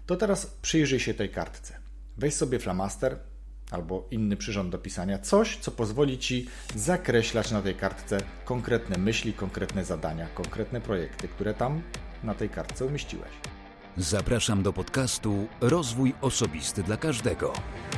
To teraz przyjrzyj się tej kartce. Weź sobie flamaster albo inny przyrząd do pisania. Coś, co pozwoli Ci zakreślać na tej kartce konkretne myśli, konkretne zadania, konkretne projekty, które tam na tej kartce umieściłeś. Zapraszam do podcastu Rozwój Osobisty dla Każdego.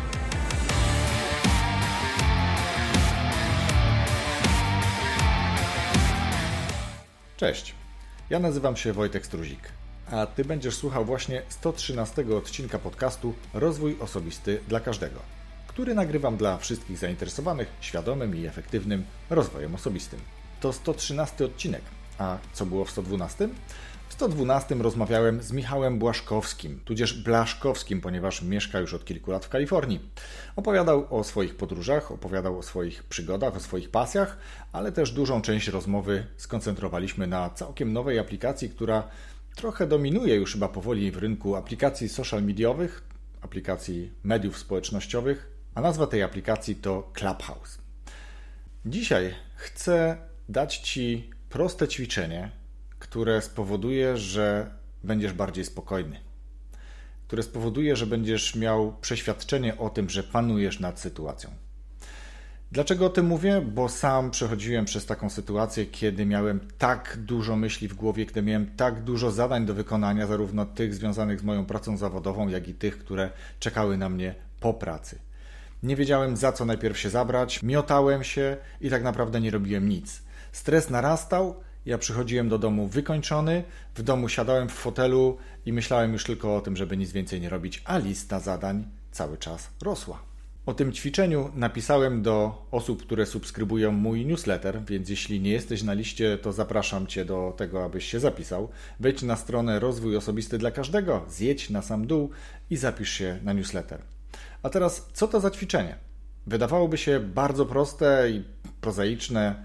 Cześć, ja nazywam się Wojtek Struzik, a Ty będziesz słuchał właśnie 113 odcinka podcastu Rozwój Osobisty dla Każdego, który nagrywam dla wszystkich zainteresowanych świadomym i efektywnym rozwojem osobistym. To 113 odcinek, a co było w 112? W 112 rozmawiałem z Michałem Błaszkowskim, tudzież Blaszkowskim, ponieważ mieszka już od kilku lat w Kalifornii. Opowiadał o swoich podróżach, opowiadał o swoich przygodach, o swoich pasjach, ale też dużą część rozmowy skoncentrowaliśmy na całkiem nowej aplikacji, która trochę dominuje już chyba powoli w rynku aplikacji social mediowych, aplikacji mediów społecznościowych, a nazwa tej aplikacji to Clubhouse. Dzisiaj chcę dać Ci proste ćwiczenie, które spowoduje, że będziesz bardziej spokojny. Które spowoduje, że będziesz miał przeświadczenie o tym, że panujesz nad sytuacją. Dlaczego o tym mówię? Bo sam przechodziłem przez taką sytuację, kiedy miałem tak dużo myśli w głowie, kiedy miałem tak dużo zadań do wykonania, zarówno tych związanych z moją pracą zawodową, jak i tych, które czekały na mnie po pracy. Nie wiedziałem, za co najpierw się zabrać, miotałem się i tak naprawdę nie robiłem nic. Stres narastał. Ja przychodziłem do domu wykończony, w domu siadałem w fotelu i myślałem już tylko o tym, żeby nic więcej nie robić, a lista zadań cały czas rosła. O tym ćwiczeniu napisałem do osób, które subskrybują mój newsletter, więc jeśli nie jesteś na liście, to zapraszam Cię do tego, abyś się zapisał. Wejdź na stronę Rozwój Osobisty dla Każdego, zjedź na sam dół i zapisz się na newsletter. A teraz, co to za ćwiczenie? Wydawałoby się bardzo proste i prozaiczne,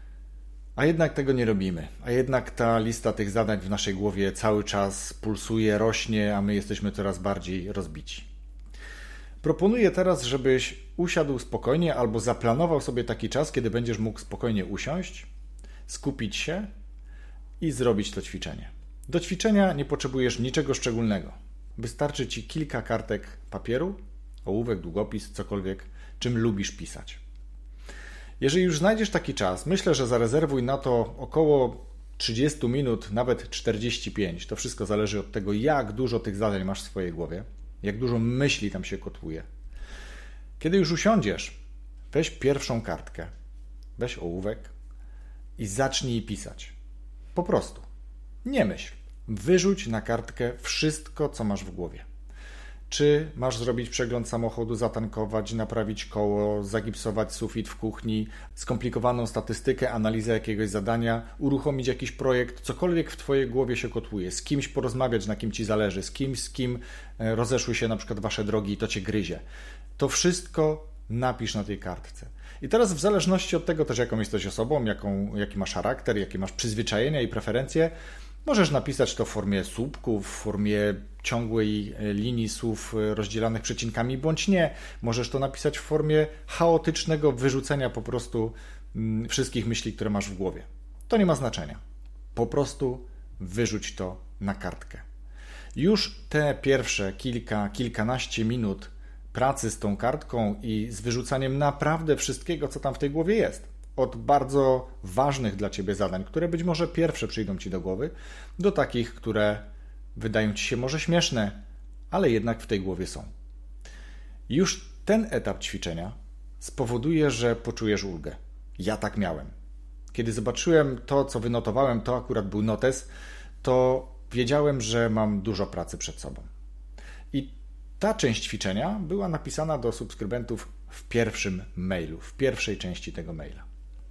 a jednak tego nie robimy. A jednak ta lista tych zadań w naszej głowie cały czas pulsuje, rośnie, a my jesteśmy coraz bardziej rozbici. Proponuję teraz, żebyś usiadł spokojnie albo zaplanował sobie taki czas, kiedy będziesz mógł spokojnie usiąść, skupić się i zrobić to ćwiczenie. Do ćwiczenia nie potrzebujesz niczego szczególnego. Wystarczy Ci kilka kartek papieru, ołówek, długopis, cokolwiek, czym lubisz pisać. Jeżeli już znajdziesz taki czas, myślę, że zarezerwuj na to około 30 minut, nawet 45. To wszystko zależy od tego, jak dużo tych zadań masz w swojej głowie, jak dużo myśli tam się kotłuje. Kiedy już usiądziesz, weź pierwszą kartkę, weź ołówek i zacznij pisać. Po prostu. Nie myśl. Wyrzuć na kartkę wszystko, co masz w głowie. Czy masz zrobić przegląd samochodu, zatankować, naprawić koło, zagipsować sufit w kuchni, skomplikowaną statystykę, analizę jakiegoś zadania, uruchomić jakiś projekt, cokolwiek w Twojej głowie się kotłuje, z kimś porozmawiać, na kim Ci zależy, z kim rozeszły się na przykład Wasze drogi i to Cię gryzie. To wszystko napisz na tej kartce. I teraz w zależności od tego też, jaką jesteś osobą, jaki masz charakter, jakie masz przyzwyczajenia i preferencje, możesz napisać to w formie słupków, w formie ciągłej linii słów rozdzielanych przecinkami, bądź nie. Możesz to napisać w formie chaotycznego wyrzucenia po prostu wszystkich myśli, które masz w głowie. To nie ma znaczenia. Po prostu wyrzuć to na kartkę. Już te pierwsze kilkanaście minut pracy z tą kartką i z wyrzucaniem naprawdę wszystkiego, co tam w tej głowie jest, od bardzo ważnych dla Ciebie zadań, które być może pierwsze przyjdą Ci do głowy, do takich, które wydają Ci się może śmieszne, ale jednak w tej głowie są. Już ten etap ćwiczenia spowoduje, że poczujesz ulgę. Ja tak miałem. Kiedy zobaczyłem to, co wynotowałem, to akurat był notes, to wiedziałem, że mam dużo pracy przed sobą. I ta część ćwiczenia była napisana do subskrybentów w pierwszym mailu, w pierwszej części tego maila.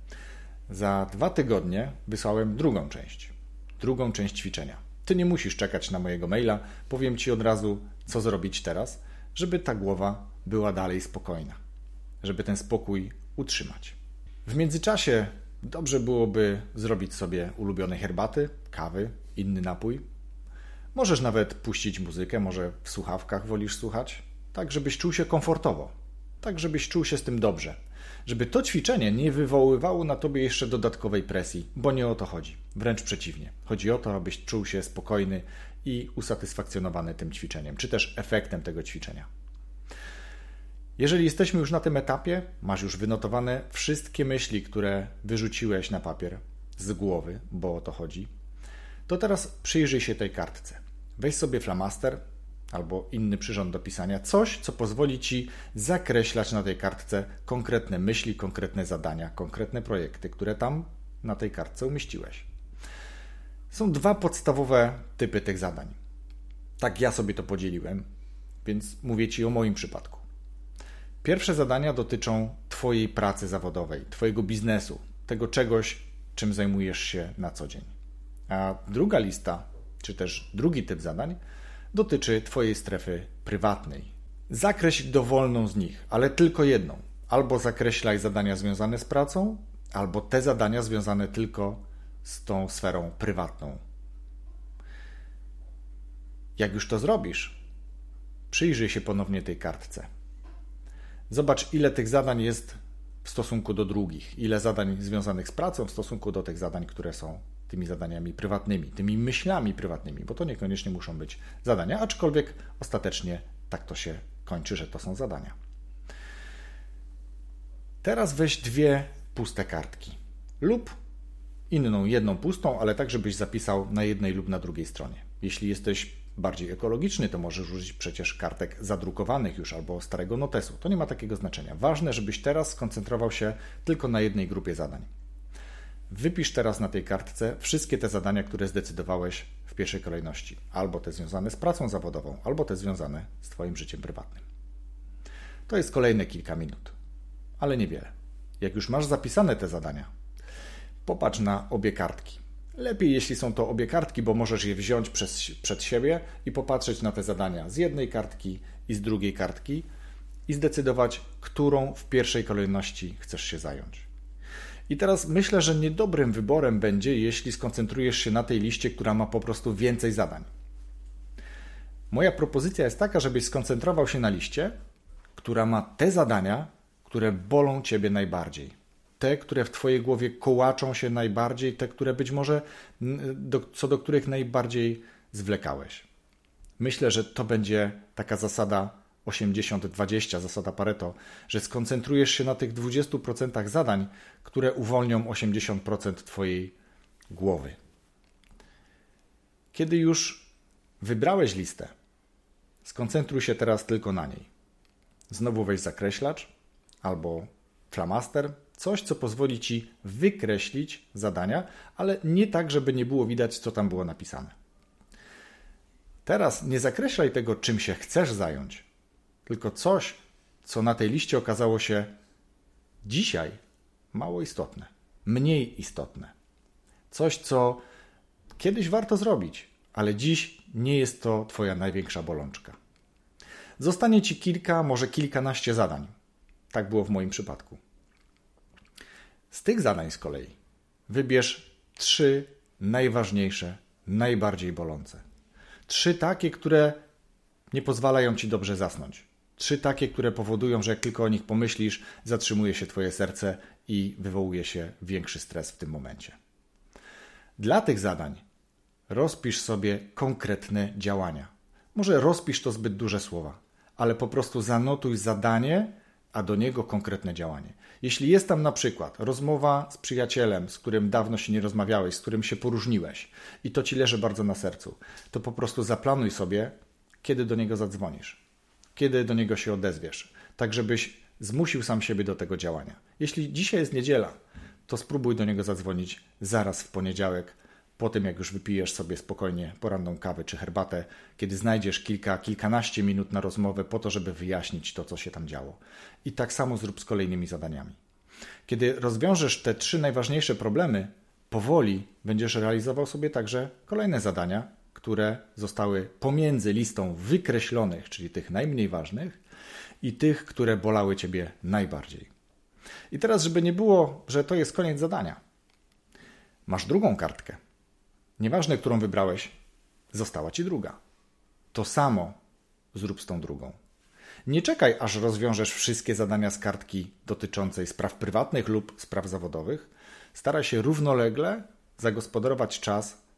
Za 2 tygodnie wysłałem drugą część ćwiczenia. Ty nie musisz czekać na mojego maila, powiem Ci od razu, co zrobić teraz, żeby ta głowa była dalej spokojna, żeby ten spokój utrzymać. W międzyczasie dobrze byłoby zrobić sobie ulubione herbaty, kawy, inny napój. Możesz nawet puścić muzykę, może w słuchawkach wolisz słuchać, tak żebyś czuł się komfortowo, tak żebyś czuł się z tym dobrze. Żeby to ćwiczenie nie wywoływało na Tobie jeszcze dodatkowej presji, bo nie o to chodzi. Wręcz przeciwnie. Chodzi o to, abyś czuł się spokojny i usatysfakcjonowany tym ćwiczeniem, czy też efektem tego ćwiczenia. Jeżeli jesteśmy już na tym etapie, masz już wynotowane wszystkie myśli, które wyrzuciłeś na papier z głowy, bo o to chodzi, to teraz przyjrzyj się tej kartce. Weź sobie flamaster albo inny przyrząd do pisania, coś, co pozwoli Ci zakreślać na tej kartce konkretne myśli, konkretne zadania, konkretne projekty, które tam na tej kartce umieściłeś. Są dwa podstawowe typy tych zadań. Tak ja sobie to podzieliłem, więc mówię Ci o moim przypadku. Pierwsze zadania dotyczą Twojej pracy zawodowej, Twojego biznesu, tego czegoś, czym zajmujesz się na co dzień. A druga lista, czy też drugi typ zadań dotyczy Twojej strefy prywatnej. Zakreśl dowolną z nich, ale tylko jedną. Albo zakreślaj zadania związane z pracą, albo te zadania związane tylko z tą sferą prywatną. Jak już to zrobisz, przyjrzyj się ponownie tej kartce. Zobacz, ile tych zadań jest w stosunku do drugich, ile zadań związanych z pracą w stosunku do tych zadań, które są tymi zadaniami prywatnymi, tymi myślami prywatnymi, bo to niekoniecznie muszą być zadania, aczkolwiek ostatecznie tak to się kończy, że to są zadania. Teraz weź dwie puste kartki lub inną, jedną pustą, ale tak, żebyś zapisał na jednej lub na drugiej stronie. Jeśli jesteś bardziej ekologiczny, to możesz użyć przecież kartek zadrukowanych już albo starego notesu. To nie ma takiego znaczenia. Ważne, żebyś teraz skoncentrował się tylko na jednej grupie zadań. Wypisz teraz na tej kartce wszystkie te zadania, które zdecydowałeś w pierwszej kolejności. Albo te związane z pracą zawodową, albo te związane z Twoim życiem prywatnym. To jest kolejne kilka minut, ale niewiele. Jak już masz zapisane te zadania, popatrz na obie kartki. Lepiej, jeśli są to obie kartki, bo możesz je wziąć przed siebie i popatrzeć na te zadania z jednej kartki i z drugiej kartki i zdecydować, którą w pierwszej kolejności chcesz się zająć. I teraz myślę, że niedobrym wyborem będzie, jeśli skoncentrujesz się na tej liście, która ma po prostu więcej zadań. Moja propozycja jest taka, żebyś skoncentrował się na liście, która ma te zadania, które bolą Ciebie najbardziej. Te, które w Twojej głowie kołaczą się najbardziej, te, które być może co do których najbardziej zwlekałeś. Myślę, że to będzie taka zasada 80-20, zasada Pareto, że skoncentrujesz się na tych 20% zadań, które uwolnią 80% Twojej głowy. Kiedy już wybrałeś listę, skoncentruj się teraz tylko na niej. Znowu weź zakreślacz albo flamaster, coś, co pozwoli Ci wykreślić zadania, ale nie tak, żeby nie było widać, co tam było napisane. Teraz nie zakreślaj tego, czym się chcesz zająć, tylko coś, co na tej liście okazało się dzisiaj mało istotne, mniej istotne. Coś, co kiedyś warto zrobić, ale dziś nie jest to Twoja największa bolączka. Zostanie Ci kilka, może kilkanaście zadań. Tak było w moim przypadku. Z tych zadań z kolei wybierz 3 najważniejsze, najbardziej bolące. 3 takie, które nie pozwalają Ci dobrze zasnąć. 3 takie, które powodują, że jak tylko o nich pomyślisz, zatrzymuje się Twoje serce i wywołuje się większy stres w tym momencie. Dla tych zadań rozpisz sobie konkretne działania. Może rozpisz to zbyt duże słowa, ale po prostu zanotuj zadanie, a do niego konkretne działanie. Jeśli jest tam na przykład rozmowa z przyjacielem, z którym dawno się nie rozmawiałeś, z którym się poróżniłeś i to Ci leży bardzo na sercu, to po prostu zaplanuj sobie, kiedy do niego zadzwonisz, kiedy do niego się odezwiesz, tak żebyś zmusił sam siebie do tego działania. Jeśli dzisiaj jest niedziela, to spróbuj do niego zadzwonić zaraz w poniedziałek, po tym jak już wypijesz sobie spokojnie poranną kawę czy herbatę, kiedy znajdziesz kilkanaście minut na rozmowę po to, żeby wyjaśnić to, co się tam działo. I tak samo zrób z kolejnymi zadaniami. Kiedy rozwiążesz te 3 najważniejsze problemy, powoli będziesz realizował sobie także kolejne zadania, które zostały pomiędzy listą wykreślonych, czyli tych najmniej ważnych, i tych, które bolały Ciebie najbardziej. I teraz, żeby nie było, że to jest koniec zadania, masz drugą kartkę. Nieważne, którą wybrałeś, została Ci druga. To samo zrób z tą drugą. Nie czekaj, aż rozwiążesz wszystkie zadania z kartki dotyczącej spraw prywatnych lub spraw zawodowych. Staraj się równolegle zagospodarować czas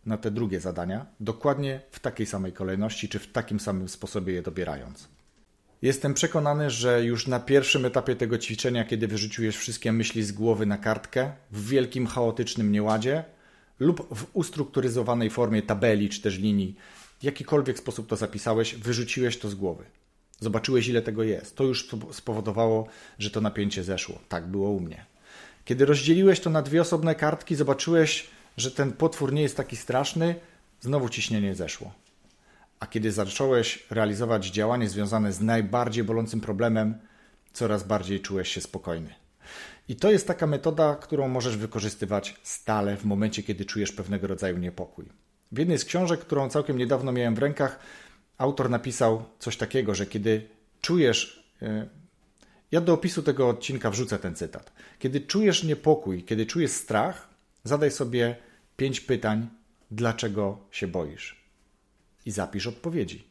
na te drugie zadania, dokładnie w takiej samej kolejności, czy w takim samym sposobie je dobierając. Jestem przekonany, że już na pierwszym etapie tego ćwiczenia, kiedy wyrzuciłeś wszystkie myśli z głowy na kartkę, w wielkim chaotycznym nieładzie lub w ustrukturyzowanej formie tabeli czy też linii, w jakikolwiek sposób to zapisałeś, wyrzuciłeś to z głowy. Zobaczyłeś, ile tego jest. To już spowodowało, że to napięcie zeszło. Tak było u mnie. Kiedy rozdzieliłeś to na 2 osobne kartki, zobaczyłeś, że ten potwór nie jest taki straszny, znowu ciśnienie zeszło. A kiedy zacząłeś realizować działanie związane z najbardziej bolącym problemem, coraz bardziej czułeś się spokojny. I to jest taka metoda, którą możesz wykorzystywać stale w momencie, kiedy czujesz pewnego rodzaju niepokój. W jednej z książek, którą całkiem niedawno miałem w rękach, autor napisał coś takiego, że kiedy czujesz... Ja do opisu tego odcinka wrzucę ten cytat. Kiedy czujesz niepokój, kiedy czujesz strach, zadaj sobie 5 pytań, dlaczego się boisz. I zapisz odpowiedzi.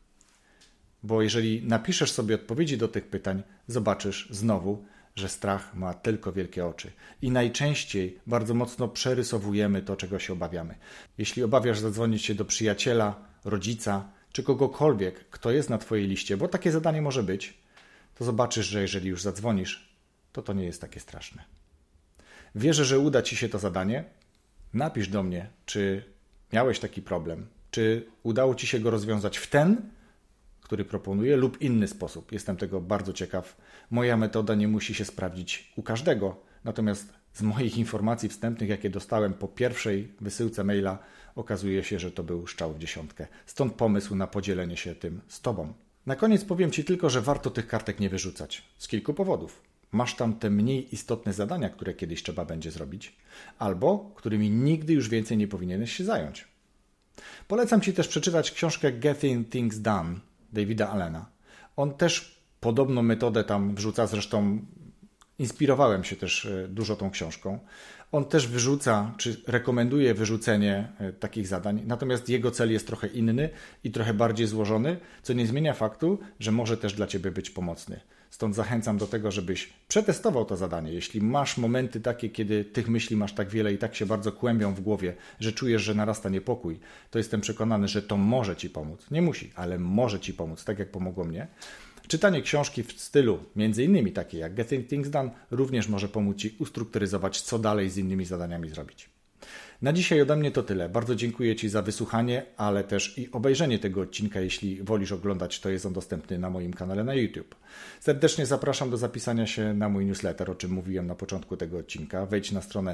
Bo jeżeli napiszesz sobie odpowiedzi do tych pytań, zobaczysz znowu, że strach ma tylko wielkie oczy. I najczęściej bardzo mocno przerysowujemy to, czego się obawiamy. Jeśli obawiasz zadzwonić się do przyjaciela, rodzica, czy kogokolwiek, kto jest na twojej liście, bo takie zadanie może być, to zobaczysz, że jeżeli już zadzwonisz, to nie jest takie straszne. Wierzę, że uda ci się to zadanie. Napisz do mnie, czy miałeś taki problem, czy udało ci się go rozwiązać w ten, który proponuję, lub inny sposób. Jestem tego bardzo ciekaw. Moja metoda nie musi się sprawdzić u każdego, natomiast z moich informacji wstępnych, jakie dostałem po pierwszej wysyłce maila, okazuje się, że to był strzał w dziesiątkę. Stąd pomysł na podzielenie się tym z tobą. Na koniec powiem ci tylko, że warto tych kartek nie wyrzucać. Z kilku powodów. Masz tam te mniej istotne zadania, które kiedyś trzeba będzie zrobić, albo którymi nigdy już więcej nie powinieneś się zająć. Polecam ci też przeczytać książkę Getting Things Done Davida Allena. On też podobną metodę tam wrzuca, zresztą inspirowałem się też dużo tą książką. On też wyrzuca, czy rekomenduje wyrzucenie takich zadań, natomiast jego cel jest trochę inny i trochę bardziej złożony, co nie zmienia faktu, że może też dla ciebie być pomocny. Stąd zachęcam do tego, żebyś przetestował to zadanie. Jeśli masz momenty takie, kiedy tych myśli masz tak wiele i tak się bardzo kłębią w głowie, że czujesz, że narasta niepokój, to jestem przekonany, że to może ci pomóc. Nie musi, ale może ci pomóc, tak jak pomogło mnie. Czytanie książki w stylu, między innymi takie jak Getting Things Done, również może pomóc ci ustrukturyzować, co dalej z innymi zadaniami zrobić. Na dzisiaj ode mnie to tyle. Bardzo dziękuję ci za wysłuchanie, ale też i obejrzenie tego odcinka. Jeśli wolisz oglądać, to jest on dostępny na moim kanale na YouTube. Serdecznie zapraszam do zapisania się na mój newsletter, o czym mówiłem na początku tego odcinka. Wejdź na stronę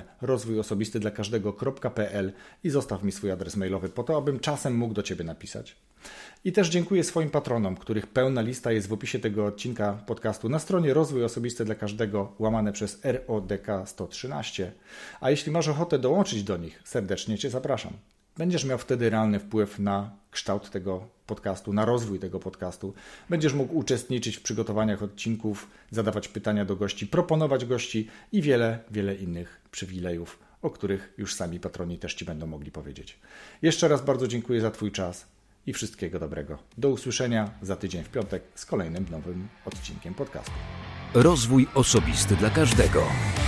rozwójosobistydlakażdego.pl i zostaw mi swój adres mailowy po to, abym czasem mógł do ciebie napisać. I też dziękuję swoim patronom, których pełna lista jest w opisie tego odcinka podcastu na stronie Rozwój Osobisty dla Każdego, łamane przez RODK 113. A jeśli masz ochotę dołączyć do nich, serdecznie cię zapraszam. Będziesz miał wtedy realny wpływ na kształt tego podcastu, na rozwój tego podcastu. Będziesz mógł uczestniczyć w przygotowaniach odcinków, zadawać pytania do gości, proponować gości i wiele, wiele innych przywilejów, o których już sami patroni też ci będą mogli powiedzieć. Jeszcze raz bardzo dziękuję za twój czas i wszystkiego dobrego. Do usłyszenia za tydzień w piątek z kolejnym nowym odcinkiem podcastu. Rozwój osobisty dla każdego.